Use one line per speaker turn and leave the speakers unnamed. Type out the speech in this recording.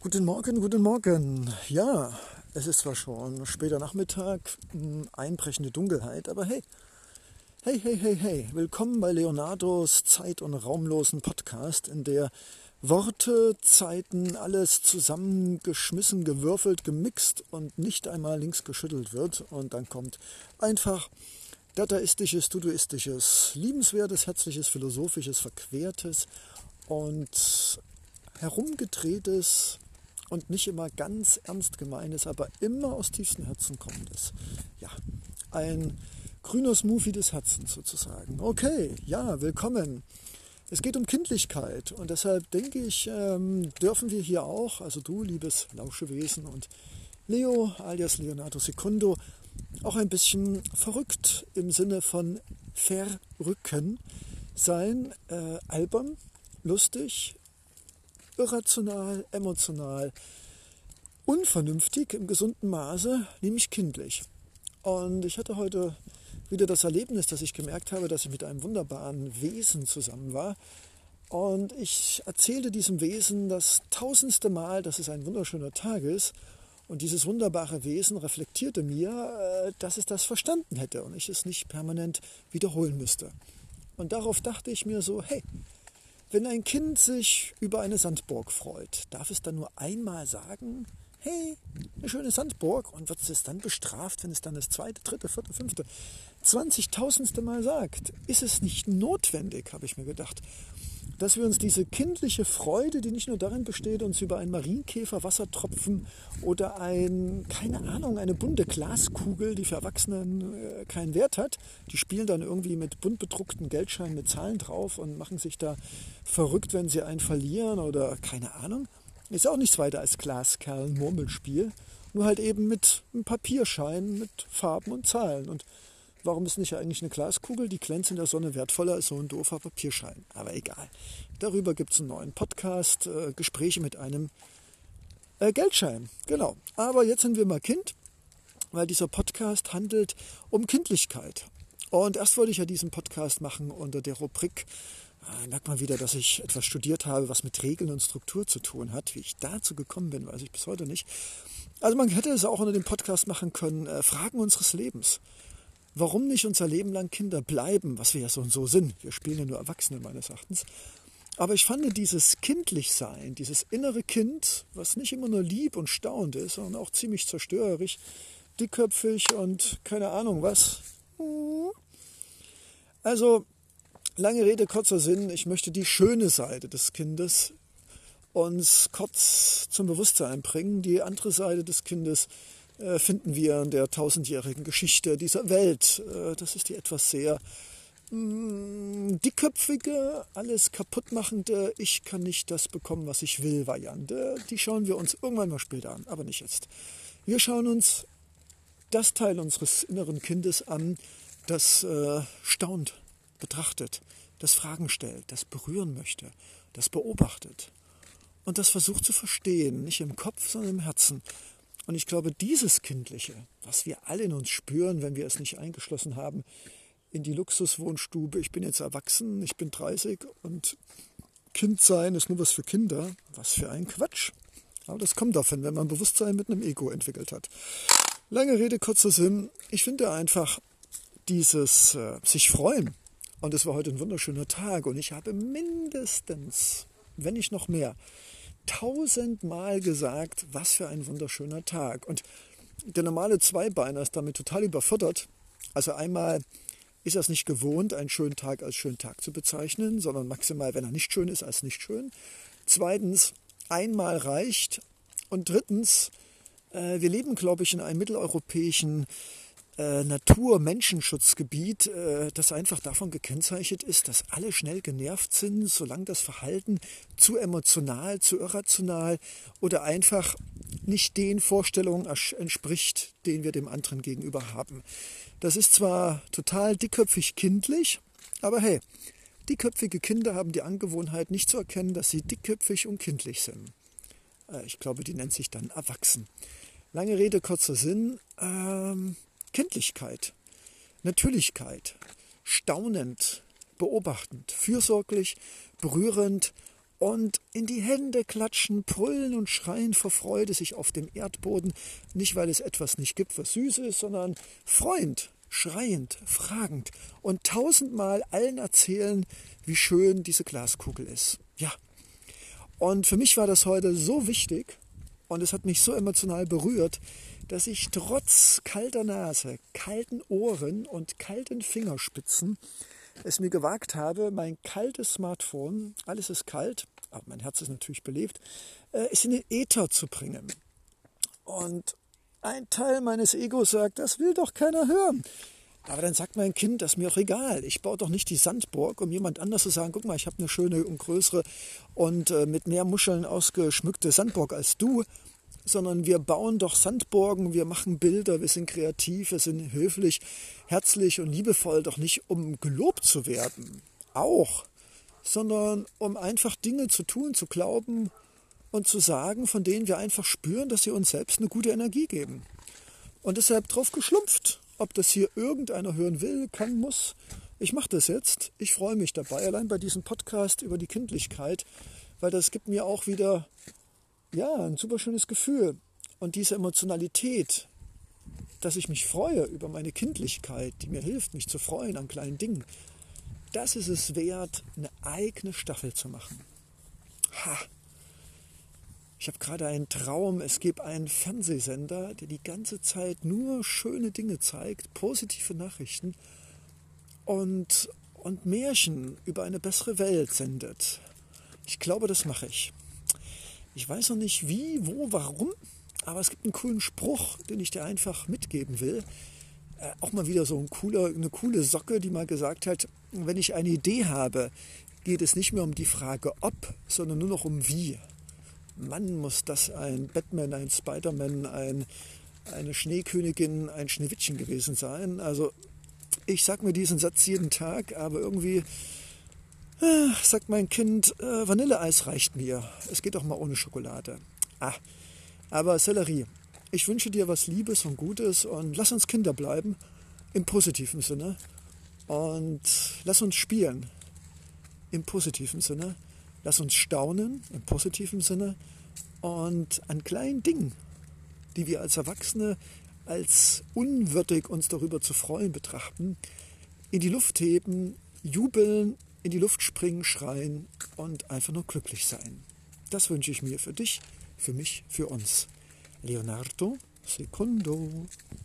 Guten Morgen, guten Morgen. Ja, es ist zwar schon später Nachmittag, einbrechende Dunkelheit, aber hey, hey, hey, hey, hey, willkommen bei Leonardos zeit- und raumlosen Podcast, in der Worte, Zeiten, alles zusammengeschmissen, gewürfelt, gemixt und nicht einmal links geschüttelt wird. Und dann kommt einfach Dadaistisches, Duduistisches, Liebenswertes, Herzliches, Philosophisches, Verquertes und herumgedrehtes und nicht immer ganz ernst gemeines, aber immer aus tiefstem Herzen kommendes. Ja, ein grüner Smoothie des Herzens sozusagen. Okay, ja, willkommen. Es geht um Kindlichkeit und deshalb denke ich, dürfen wir hier auch, also du, liebes Lauschewesen, und Leo alias Leonardo Secundo, auch ein bisschen verrückt im Sinne von verrücken sein, albern, lustig, irrational, emotional, unvernünftig im gesunden Maße, nämlich kindlich. Und ich hatte heute wieder das Erlebnis, dass ich gemerkt habe, dass ich mit einem wunderbaren Wesen zusammen war. Und ich erzählte diesem Wesen das tausendste Mal, dass es ein wunderschöner Tag ist. Und dieses wunderbare Wesen reflektierte mir, dass es das verstanden hätte und ich es nicht permanent wiederholen müsste. Und darauf dachte ich mir so, hey, wenn ein Kind sich über eine Sandburg freut, darf es dann nur einmal sagen, hey, eine schöne Sandburg, und wird es dann bestraft, wenn es dann das zweite, dritte, vierte, fünfte, 20.000. Mal sagt? Ist es nicht notwendig, habe ich mir gedacht, dass wir uns diese kindliche Freude, die nicht nur darin besteht, uns über einen Marienkäfer, Wassertropfen oder keine Ahnung, eine bunte Glaskugel, die für Erwachsene keinen Wert hat, die spielen dann irgendwie mit bunt bedruckten Geldscheinen mit Zahlen drauf und machen sich da verrückt, wenn sie einen verlieren oder keine Ahnung. Ist auch nichts weiter als Glaskerlen-Murmelspiel, nur halt eben mit einem Papierschein, mit Farben und Zahlen. Und warum ist nicht eigentlich eine Glaskugel, die glänzt in der Sonne, wertvoller als so ein doofer Papierschein? Aber egal. Darüber gibt es einen neuen Podcast, Gespräche mit einem Geldschein. Genau. Aber jetzt sind wir mal Kind, weil dieser Podcast handelt um Kindlichkeit. Und erst wollte ich ja diesen Podcast machen unter der Rubrik, merkt man wieder, dass ich etwas studiert habe, was mit Regeln und Struktur zu tun hat. Wie ich dazu gekommen bin, weiß ich bis heute nicht. Also man hätte es auch unter dem Podcast machen können, Fragen unseres Lebens. Warum nicht unser Leben lang Kinder bleiben, was wir ja so und so sind. Wir spielen ja nur Erwachsene meines Erachtens. Aber ich fand dieses Kindlichsein, dieses innere Kind, was nicht immer nur lieb und staunend ist, sondern auch ziemlich zerstörerisch, dickköpfig und keine Ahnung was. Also, lange Rede, kurzer Sinn, ich möchte die schöne Seite des Kindes uns kurz zum Bewusstsein bringen. Die andere Seite des Kindes finden wir in der tausendjährigen Geschichte dieser Welt. Das ist die etwas sehr dickköpfige, alles kaputtmachende, ich kann nicht das bekommen, was ich will, Variante. Die schauen wir uns irgendwann mal später an, aber nicht jetzt. Wir schauen uns das Teil unseres inneren Kindes an, das staunt, betrachtet, das Fragen stellt, das berühren möchte, das beobachtet und das versucht zu verstehen, nicht im Kopf, sondern im Herzen. Und ich glaube, dieses Kindliche, was wir alle in uns spüren, wenn wir es nicht eingeschlossen haben, in die Luxuswohnstube, ich bin jetzt erwachsen, ich bin 30 und Kind sein ist nur was für Kinder, was für ein Quatsch. Aber das kommt davon, wenn man Bewusstsein mit einem Ego entwickelt hat. Lange Rede, kurzer Sinn, ich finde einfach dieses sich freuen. Und es war heute ein wunderschöner Tag und ich habe mindestens, wenn nicht noch mehr, 1000-mal gesagt, was für ein wunderschöner Tag. Und der normale Zweibeiner ist damit total überfordert. Also einmal ist er es nicht gewohnt, einen schönen Tag als schönen Tag zu bezeichnen, sondern maximal, wenn er nicht schön ist, als nicht schön. Zweitens, einmal reicht. Und drittens, wir leben, glaube ich, in einem mitteleuropäischen Natur-Menschenschutzgebiet, das einfach davon gekennzeichnet ist, dass alle schnell genervt sind, solange das Verhalten zu emotional, zu irrational oder einfach nicht den Vorstellungen entspricht, den wir dem anderen gegenüber haben. Das ist zwar total dickköpfig kindlich, aber hey, dickköpfige Kinder haben die Angewohnheit, nicht zu erkennen, dass sie dickköpfig und kindlich sind. Ich glaube, die nennt sich dann erwachsen. Lange Rede, kurzer Sinn. Kindlichkeit, Natürlichkeit, staunend, beobachtend, fürsorglich, berührend und in die Hände klatschen, brüllen und schreien vor Freude sich auf dem Erdboden, nicht weil es etwas nicht gibt, was süß ist, sondern freuend, schreiend, fragend und tausendmal allen erzählen, wie schön diese Glaskugel ist. Ja, und für mich war das heute so wichtig und es hat mich so emotional berührt, dass ich trotz kalter Nase, kalten Ohren und kalten Fingerspitzen es mir gewagt habe, mein kaltes Smartphone, alles ist kalt, aber mein Herz ist natürlich belebt, es in den Äther zu bringen. Und ein Teil meines Egos sagt, das will doch keiner hören. Aber dann sagt mein Kind, das ist mir auch egal. Ich baue doch nicht die Sandburg, um jemand anders zu sagen, guck mal, ich habe eine schöne und größere und mit mehr Muscheln ausgeschmückte Sandburg als du. Sondern wir bauen doch Sandburgen, wir machen Bilder, wir sind kreativ, wir sind höflich, herzlich und liebevoll, doch nicht um gelobt zu werden, auch, sondern um einfach Dinge zu tun, zu glauben und zu sagen, von denen wir einfach spüren, dass sie uns selbst eine gute Energie geben. Und deshalb drauf geschlumpft, ob das hier irgendeiner hören will, kann, muss. Ich mache das jetzt, ich freue mich dabei, allein bei diesem Podcast über die Kindlichkeit, weil das gibt mir auch wieder ein super schönes Gefühl. Und diese Emotionalität, dass ich mich freue über meine Kindlichkeit, die mir hilft, mich zu freuen an kleinen Dingen, das ist es wert, eine eigene Staffel zu machen. Ich habe gerade einen Traum, es gibt einen Fernsehsender, der die ganze Zeit nur schöne Dinge zeigt, positive Nachrichten und Märchen über eine bessere Welt sendet. Ich glaube, das mache ich. Ich weiß noch nicht wie, wo, warum, aber es gibt einen coolen Spruch, den ich dir einfach mitgeben will. Auch mal wieder so eine coole Socke, die mal gesagt hat, wenn ich eine Idee habe, geht es nicht mehr um die Frage ob, sondern nur noch um wie. Mann, muss das ein Batman, ein Spider-Man, eine Schneekönigin, ein Schneewittchen gewesen sein. Also ich sage mir diesen Satz jeden Tag, aber irgendwie sagt mein Kind, Vanilleeis reicht mir. Es geht auch mal ohne Schokolade. Aber Sellerie, ich wünsche dir was Liebes und Gutes und lass uns Kinder bleiben, im positiven Sinne. Und lass uns spielen, im positiven Sinne. Lass uns staunen, im positiven Sinne. Und an kleinen Dingen, die wir als Erwachsene als unwürdig uns darüber zu freuen betrachten, in die Luft heben, jubeln, in die Luft springen, schreien und einfach nur glücklich sein. Das wünsche ich mir für dich, für mich, für uns. Leonardo Secundo.